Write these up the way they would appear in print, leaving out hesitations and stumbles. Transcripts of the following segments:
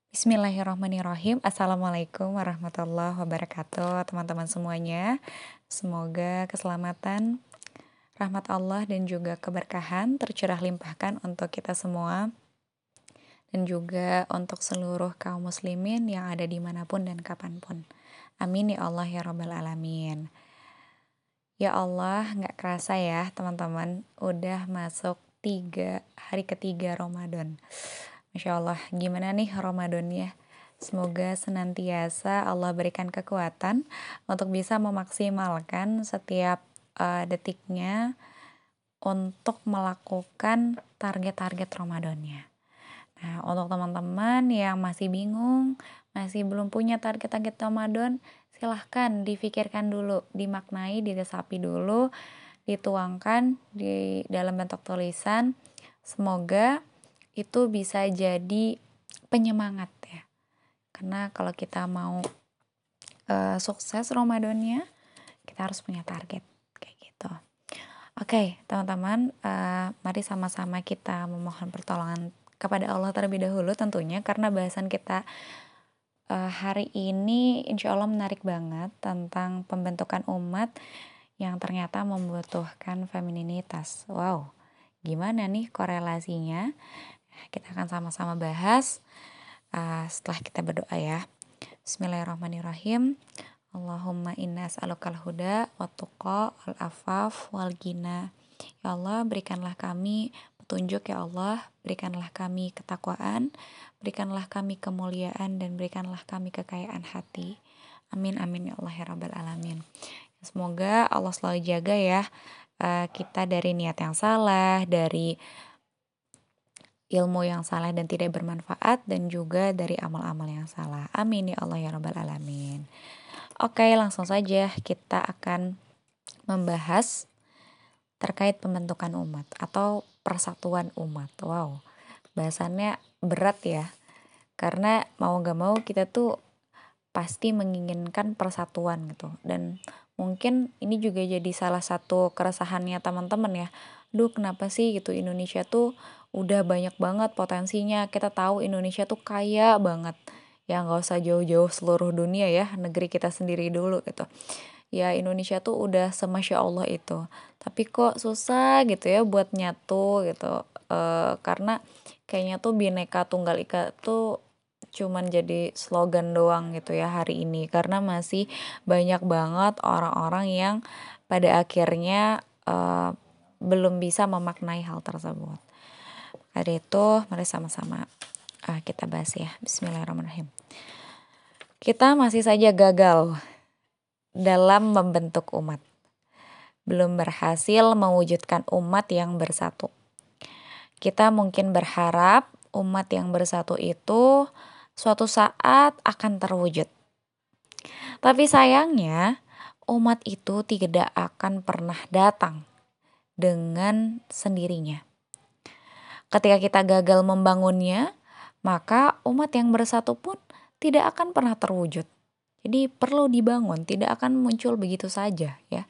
Bismillahirrahmanirrahim. Assalamualaikum warahmatullahi wabarakatuh, teman-teman semuanya. Semoga keselamatan, rahmat Allah dan juga keberkahan tercurah limpahkan untuk kita semua dan juga untuk seluruh kaum muslimin yang ada dimanapun dan kapanpun. Amin ya Allah ya Rabbal Alamin. Ya Allah, gak kerasa ya teman-teman, udah masuk hari ketiga Ramadan. Masya Allah, gimana nih Ramadannya? Semoga senantiasa Allah berikan kekuatan untuk bisa memaksimalkan setiap detiknya untuk melakukan target-target Ramadannya. Nah, untuk teman-teman yang masih bingung, masih belum punya target-target Ramadan, silahkan difikirkan dulu, dimaknai, diresapi dulu, dituangkan di dalam bentuk tulisan. Semoga itu bisa jadi penyemangat ya. Karena kalau kita mau sukses Ramadannya, kita harus punya target kayak gitu. Oke, teman-teman, mari sama-sama kita memohon pertolongan kepada Allah terlebih dahulu tentunya, karena bahasan kita hari ini insya Allah menarik banget tentang pembentukan umat yang ternyata membutuhkan femininitas. Wow, gimana nih korelasinya? Kita akan sama-sama bahas setelah kita berdoa ya. Bismillahirrahmanirrahim. Allahumma inna as'alukal huda wa tuqa wal afaf wal gina. Ya Allah, berikanlah kami petunjuk ya Allah, berikanlah kami ketakwaan, berikanlah kami kemuliaan, dan berikanlah kami kekayaan hati. Amin amin ya Allah ya Rabbal Alamin. Semoga Allah selalu jaga ya kita dari niat yang salah, dari ilmu yang salah dan tidak bermanfaat, dan juga dari amal-amal yang salah. Amin ya Allah ya Rabbal Alamin. Oke, langsung saja kita akan membahas terkait pembentukan umat atau persatuan umat. Wow, bahasannya berat ya. Karena mau gak mau kita tuh pasti menginginkan persatuan gitu. Dan mungkin ini juga jadi salah satu keresahannya teman-teman ya. Duh, kenapa sih gitu Indonesia tuh udah banyak banget potensinya. Kita tahu Indonesia tuh kaya banget. Ya nggak usah jauh-jauh seluruh dunia ya, negeri kita sendiri dulu gitu. Ya Indonesia tuh udah semasya Allah itu. Tapi kok susah gitu ya buat nyatu gitu. Karena kayaknya tuh Bhinneka Tunggal Ika tuh cuman jadi slogan doang gitu ya hari ini. Karena masih banyak banget orang-orang yang pada akhirnya belum bisa memaknai hal tersebut. Dari itu mari sama-sama kita bahas ya. Bismillahirrahmanirrahim. Kita masih saja gagal dalam membentuk umat. Belum berhasil mewujudkan umat yang bersatu. Kita mungkin berharap umat yang bersatu itu suatu saat akan terwujud. Tapi sayangnya umat itu tidak akan pernah datang dengan sendirinya. Ketika kita gagal membangunnya, maka umat yang bersatu pun tidak akan pernah terwujud. Jadi perlu dibangun, tidak akan muncul begitu saja ya.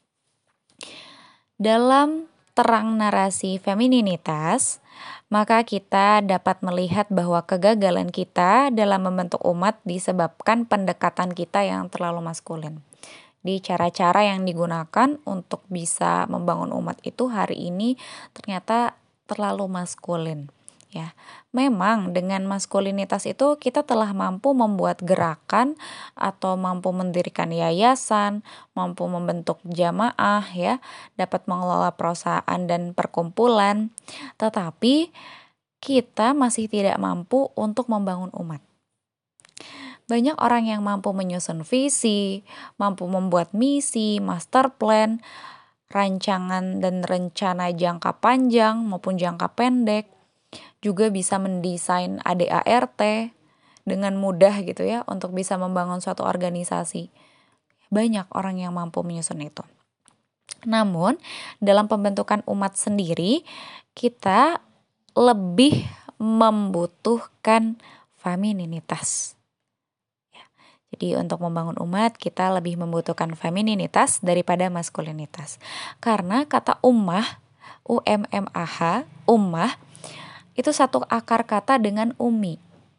Dalam terang narasi femininitas, maka kita dapat melihat bahwa kegagalan kita dalam membentuk umat disebabkan pendekatan kita yang terlalu maskulin. Di cara-cara yang digunakan untuk bisa membangun umat itu hari ini ternyata terlalu maskulin. Ya, memang dengan maskulinitas itu kita telah mampu membuat gerakan atau mampu mendirikan yayasan, mampu membentuk jamaah ya, dapat mengelola perusahaan dan perkumpulan. Tetapi kita masih tidak mampu untuk membangun umat. Banyak orang yang mampu menyusun visi, mampu membuat misi, master plan, rancangan dan rencana jangka panjang maupun jangka pendek, juga bisa mendesain ADART dengan mudah gitu ya untuk bisa membangun suatu organisasi. Banyak orang yang mampu menyusun itu. Namun dalam pembentukan umat sendiri kita lebih membutuhkan femininitas. Jadi untuk membangun umat kita lebih membutuhkan femininitas daripada maskulinitas. Karena kata ummah, ummah, ummah itu satu akar kata dengan umi.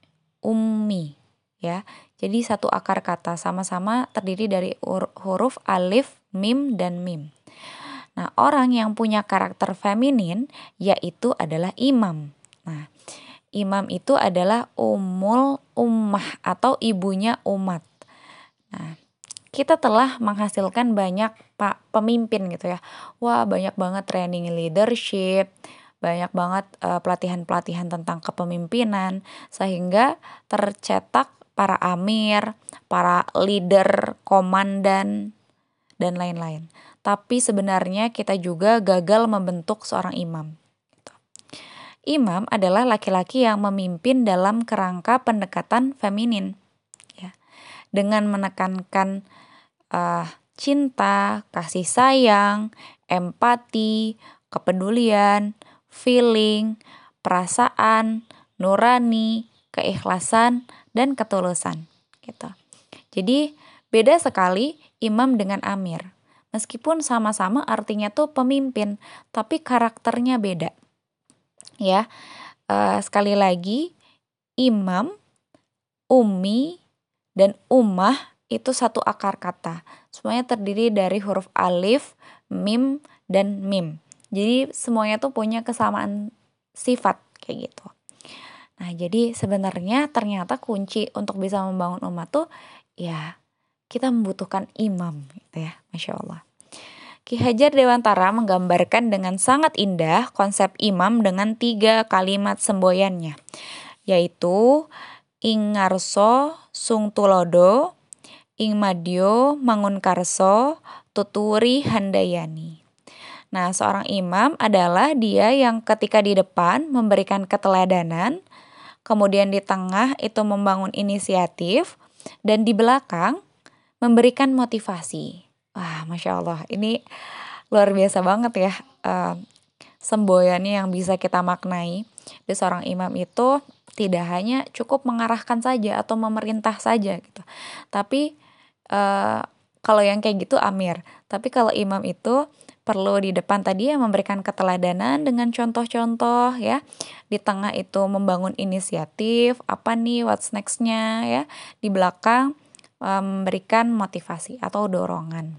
ummi ya. Jadi satu akar kata, sama-sama terdiri dari huruf alif, mim, dan mim. Nah, orang yang punya karakter feminin yaitu adalah imam. Nah, imam itu adalah ummul ummah atau ibunya umat. Nah, kita telah menghasilkan banyak pemimpin gitu ya. Wah, banyak banget training leadership, banyak banget pelatihan-pelatihan tentang kepemimpinan, sehingga tercetak para amir, para leader, komandan, dan lain-lain. Tapi sebenarnya kita juga gagal membentuk seorang imam. Imam adalah laki-laki yang memimpin dalam kerangka pendekatan feminin, ya, dengan menekankan cinta, kasih sayang, empati, kepedulian, feeling, perasaan, nurani, keikhlasan, dan ketulusan. Gitu. Jadi beda sekali imam dengan amir. Meskipun sama-sama artinya tuh pemimpin, tapi karakternya beda. Ya, sekali lagi imam, ummi, dan ummah itu satu akar kata. Semuanya terdiri dari huruf alif, mim, dan mim. Jadi semuanya tuh punya kesamaan sifat kayak gitu. Nah, jadi sebenarnya ternyata kunci untuk bisa membangun umat tuh ya kita membutuhkan imam gitu ya, Masya Allah. Ki Hajar Dewantara menggambarkan dengan sangat indah konsep imam dengan 3 kalimat semboyannya, yaitu ing ngarso sung tulodo, ing madyo mangun karso, tuturi handayani. Nah, seorang imam adalah dia yang ketika di depan memberikan keteladanan, kemudian di tengah itu membangun inisiatif, dan di belakang memberikan motivasi. Wah, Masya Allah, ini luar biasa banget ya semboyannya yang bisa kita maknai. Di seorang imam itu tidak hanya cukup mengarahkan saja atau memerintah saja gitu. Tapi kalau yang kayak gitu amir. Tapi kalau imam itu perlu di depan tadi ya memberikan keteladanan dengan contoh-contoh ya. Di tengah itu membangun inisiatif, apa nih what's next-nya ya. Di belakang memberikan motivasi atau dorongan.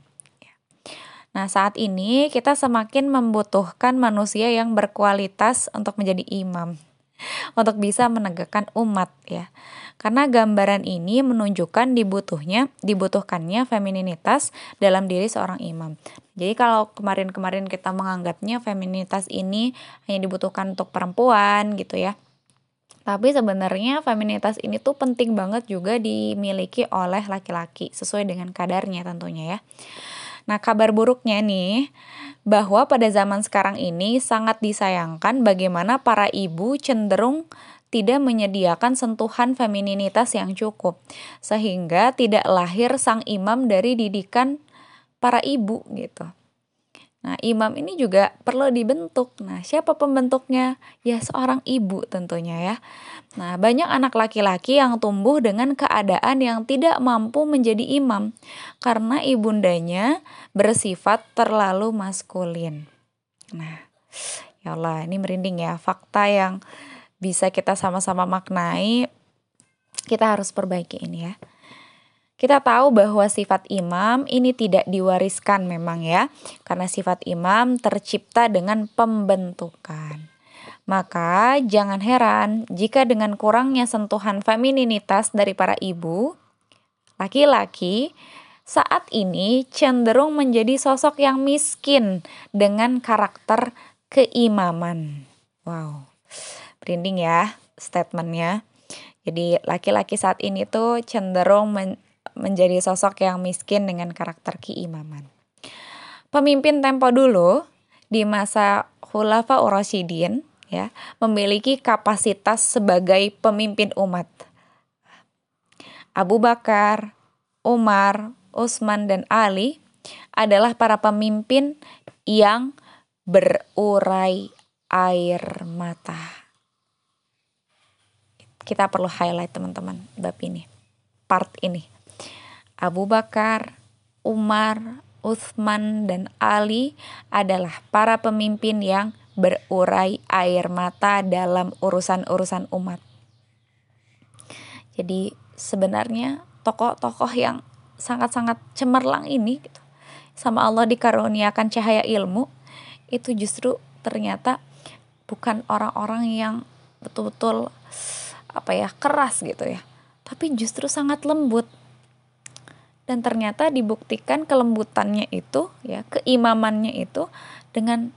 Nah, saat ini kita semakin membutuhkan manusia yang berkualitas untuk menjadi imam, untuk bisa menegakkan umat ya. Karena gambaran ini menunjukkan dibutuhkannya femininitas dalam diri seorang imam. Jadi kalau kemarin-kemarin kita menganggapnya femininitas ini hanya dibutuhkan untuk perempuan gitu ya. Tapi sebenarnya feminitas ini tuh penting banget juga dimiliki oleh laki-laki sesuai dengan kadarnya tentunya ya. Nah, kabar buruknya nih bahwa pada zaman sekarang ini sangat disayangkan bagaimana para ibu cenderung tidak menyediakan sentuhan femininitas yang cukup, sehingga tidak lahir sang imam dari didikan para ibu gitu. Nah, imam ini juga perlu dibentuk. Nah, siapa pembentuknya? Ya, seorang ibu tentunya ya. Nah, banyak anak laki-laki yang tumbuh dengan keadaan yang tidak mampu menjadi imam karena ibundanya bersifat terlalu maskulin. Nah, ya Allah, ini merinding ya. Fakta yang bisa kita sama-sama maknai, kita harus perbaiki ini ya. Kita tahu bahwa sifat imam ini tidak diwariskan memang ya, karena sifat imam tercipta dengan pembentukan. Maka jangan heran jika dengan kurangnya sentuhan femininitas dari para ibu, laki-laki saat ini cenderung menjadi sosok yang miskin dengan karakter keimaman. Wow, merinding ya statementnya. Jadi laki-laki saat ini tuh cenderung menjadi sosok yang miskin dengan karakter keimaman. Pemimpin tempo dulu di masa Khulafaur Rasyidin ya, memiliki kapasitas sebagai pemimpin umat. Abu Bakar, Umar, Utsman, dan Ali adalah para pemimpin yang berurai air mata. Kita perlu highlight teman-teman bab ini, part ini. Abu Bakar, Umar, Utsman, dan Ali adalah para pemimpin yang berurai air mata dalam urusan-urusan umat. Jadi sebenarnya tokoh-tokoh yang sangat-sangat cemerlang ini gitu, sama Allah dikaruniakan cahaya ilmu, itu justru ternyata bukan orang-orang yang betul-betul keras gitu ya, tapi justru sangat lembut. Dan ternyata dibuktikan kelembutannya itu ya, keimamannya itu dengan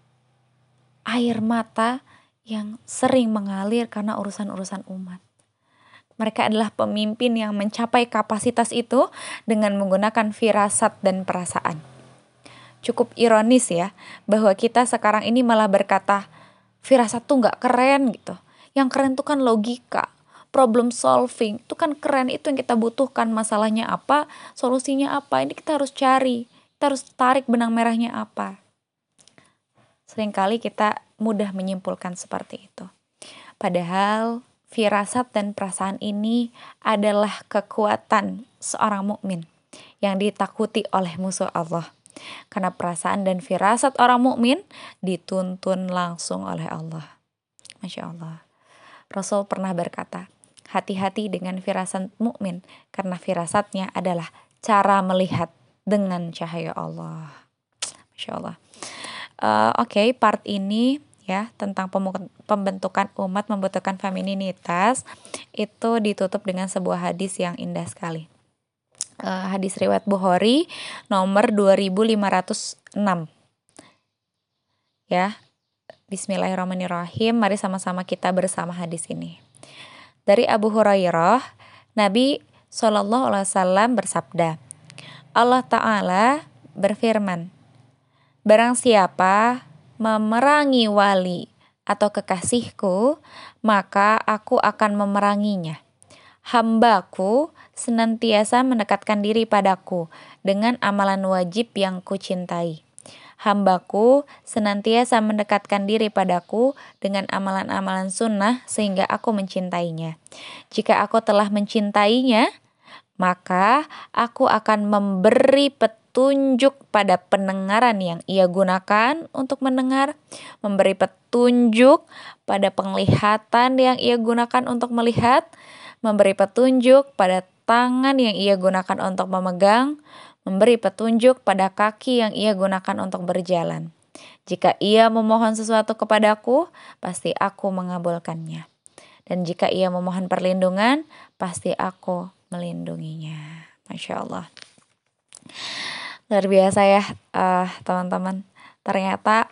air mata yang sering mengalir karena urusan-urusan umat. Mereka adalah pemimpin yang mencapai kapasitas itu dengan menggunakan firasat dan perasaan. Cukup ironis ya, bahwa kita sekarang ini malah berkata, firasat tuh gak keren gitu. Yang keren tuh kan logika, problem solving, itu kan keren, itu yang kita butuhkan. Masalahnya apa, solusinya apa, ini kita harus cari, kita harus tarik benang merahnya apa. Seringkali kita mudah menyimpulkan seperti itu. Padahal firasat dan perasaan ini adalah kekuatan seorang mukmin yang ditakuti oleh musuh Allah. Karena perasaan dan firasat orang mukmin dituntun langsung oleh Allah. Masya Allah. Rasul pernah berkata, hati-hati dengan firasat mukmin karena firasatnya adalah cara melihat dengan cahaya Allah. Masya Allah. Oke, part ini ya tentang pembentukan umat membutuhkan femininitas itu ditutup dengan sebuah hadis yang indah sekali. Hadis riwayat Bukhari nomor 2506. Ya. Bismillahirrahmanirrahim. Mari sama-sama kita bersama hadis ini. Dari Abu Hurairah, Nabi SAW bersabda, Allah Ta'ala berfirman, barang siapa memerangi wali atau kekasihku, maka aku akan memeranginya. Hambaku senantiasa mendekatkan diri padaku dengan amalan wajib yang kucintai. Hambaku senantiasa mendekatkan diri padaku dengan amalan-amalan sunnah sehingga aku mencintainya. Jika aku telah mencintainya, maka aku akan memberi petunjuk pada pendengaran yang ia gunakan untuk mendengar, memberi petunjuk pada penglihatan yang ia gunakan untuk melihat, memberi petunjuk pada tangan yang ia gunakan untuk memegang, memberi petunjuk pada kaki yang ia gunakan untuk berjalan. Jika ia memohon sesuatu kepadaku, pasti aku mengabulkannya. Dan jika ia memohon perlindungan, pasti aku melindunginya. Masya Allah. Luar biasa ya teman-teman. Ternyata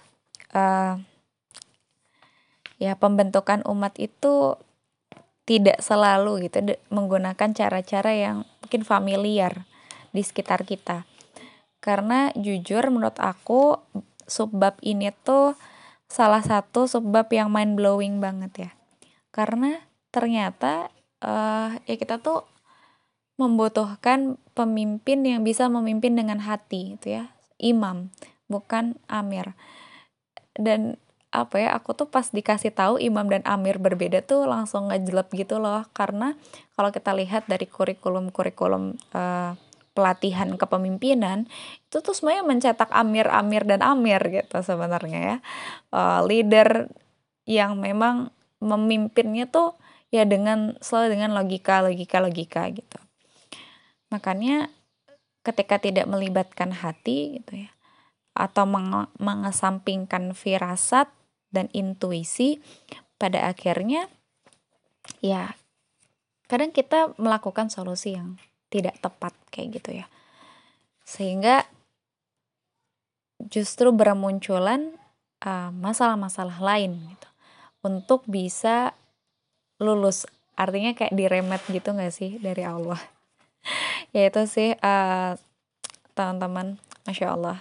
ya pembentukan umat itu tidak selalu gitu menggunakan cara-cara yang mungkin familiar di sekitar kita. Karena jujur menurut aku subbab ini tuh salah satu subbab yang mind blowing banget ya. Karena ternyata ya kita tuh membutuhkan pemimpin yang bisa memimpin dengan hati gitu ya. Imam, bukan amir. Dan aku tuh pas dikasih tahu imam dan amir berbeda tuh langsung ngejelep gitu loh. Karena kalau kita lihat dari kurikulum pelatihan kepemimpinan itu tuh semuanya mencetak amir dan amir gitu sebenarnya ya. Leader yang memang memimpinnya tuh ya selalu dengan logika gitu. Makanya ketika tidak melibatkan hati gitu ya, atau mengesampingkan firasat dan intuisi, pada akhirnya ya kadang kita melakukan solusi yang tidak tepat kayak gitu ya, sehingga justru bermunculan masalah-masalah lain gitu untuk bisa lulus, artinya kayak diremet gitu nggak sih dari Allah. Ya itu sih teman-teman, Masya Allah.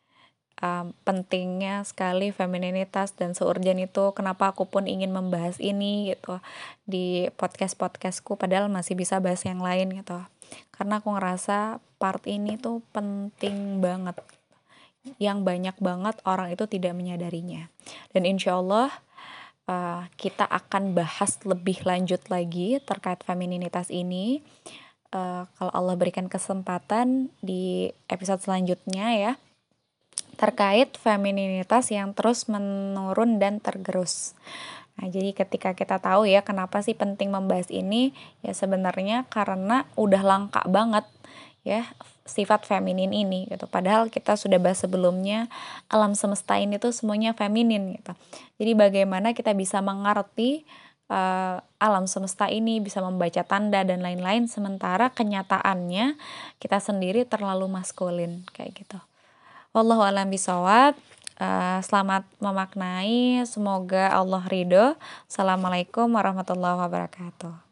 Pentingnya sekali femininitas dan seurgen itu kenapa aku pun ingin membahas ini gitu di podcastku, padahal masih bisa bahas yang lain gitu, karena aku ngerasa part ini tuh penting banget, yang banyak banget orang itu tidak menyadarinya. Dan insya Allah kita akan bahas lebih lanjut lagi terkait femininitas ini kalau Allah berikan kesempatan di episode selanjutnya ya, terkait femininitas yang terus menurun dan tergerus. Nah, jadi ketika kita tahu ya kenapa sih penting membahas ini, ya sebenarnya karena udah langka banget ya sifat feminin ini gitu. Padahal kita sudah bahas sebelumnya alam semesta ini tuh semuanya feminin gitu. Jadi bagaimana kita bisa mengerti alam semesta ini, bisa membaca tanda dan lain-lain, sementara kenyataannya kita sendiri terlalu maskulin kayak gitu. Wallahu a'lam bishawab. Selamat memaknai, semoga Allah ridho. Assalamualaikum warahmatullahi wabarakatuh.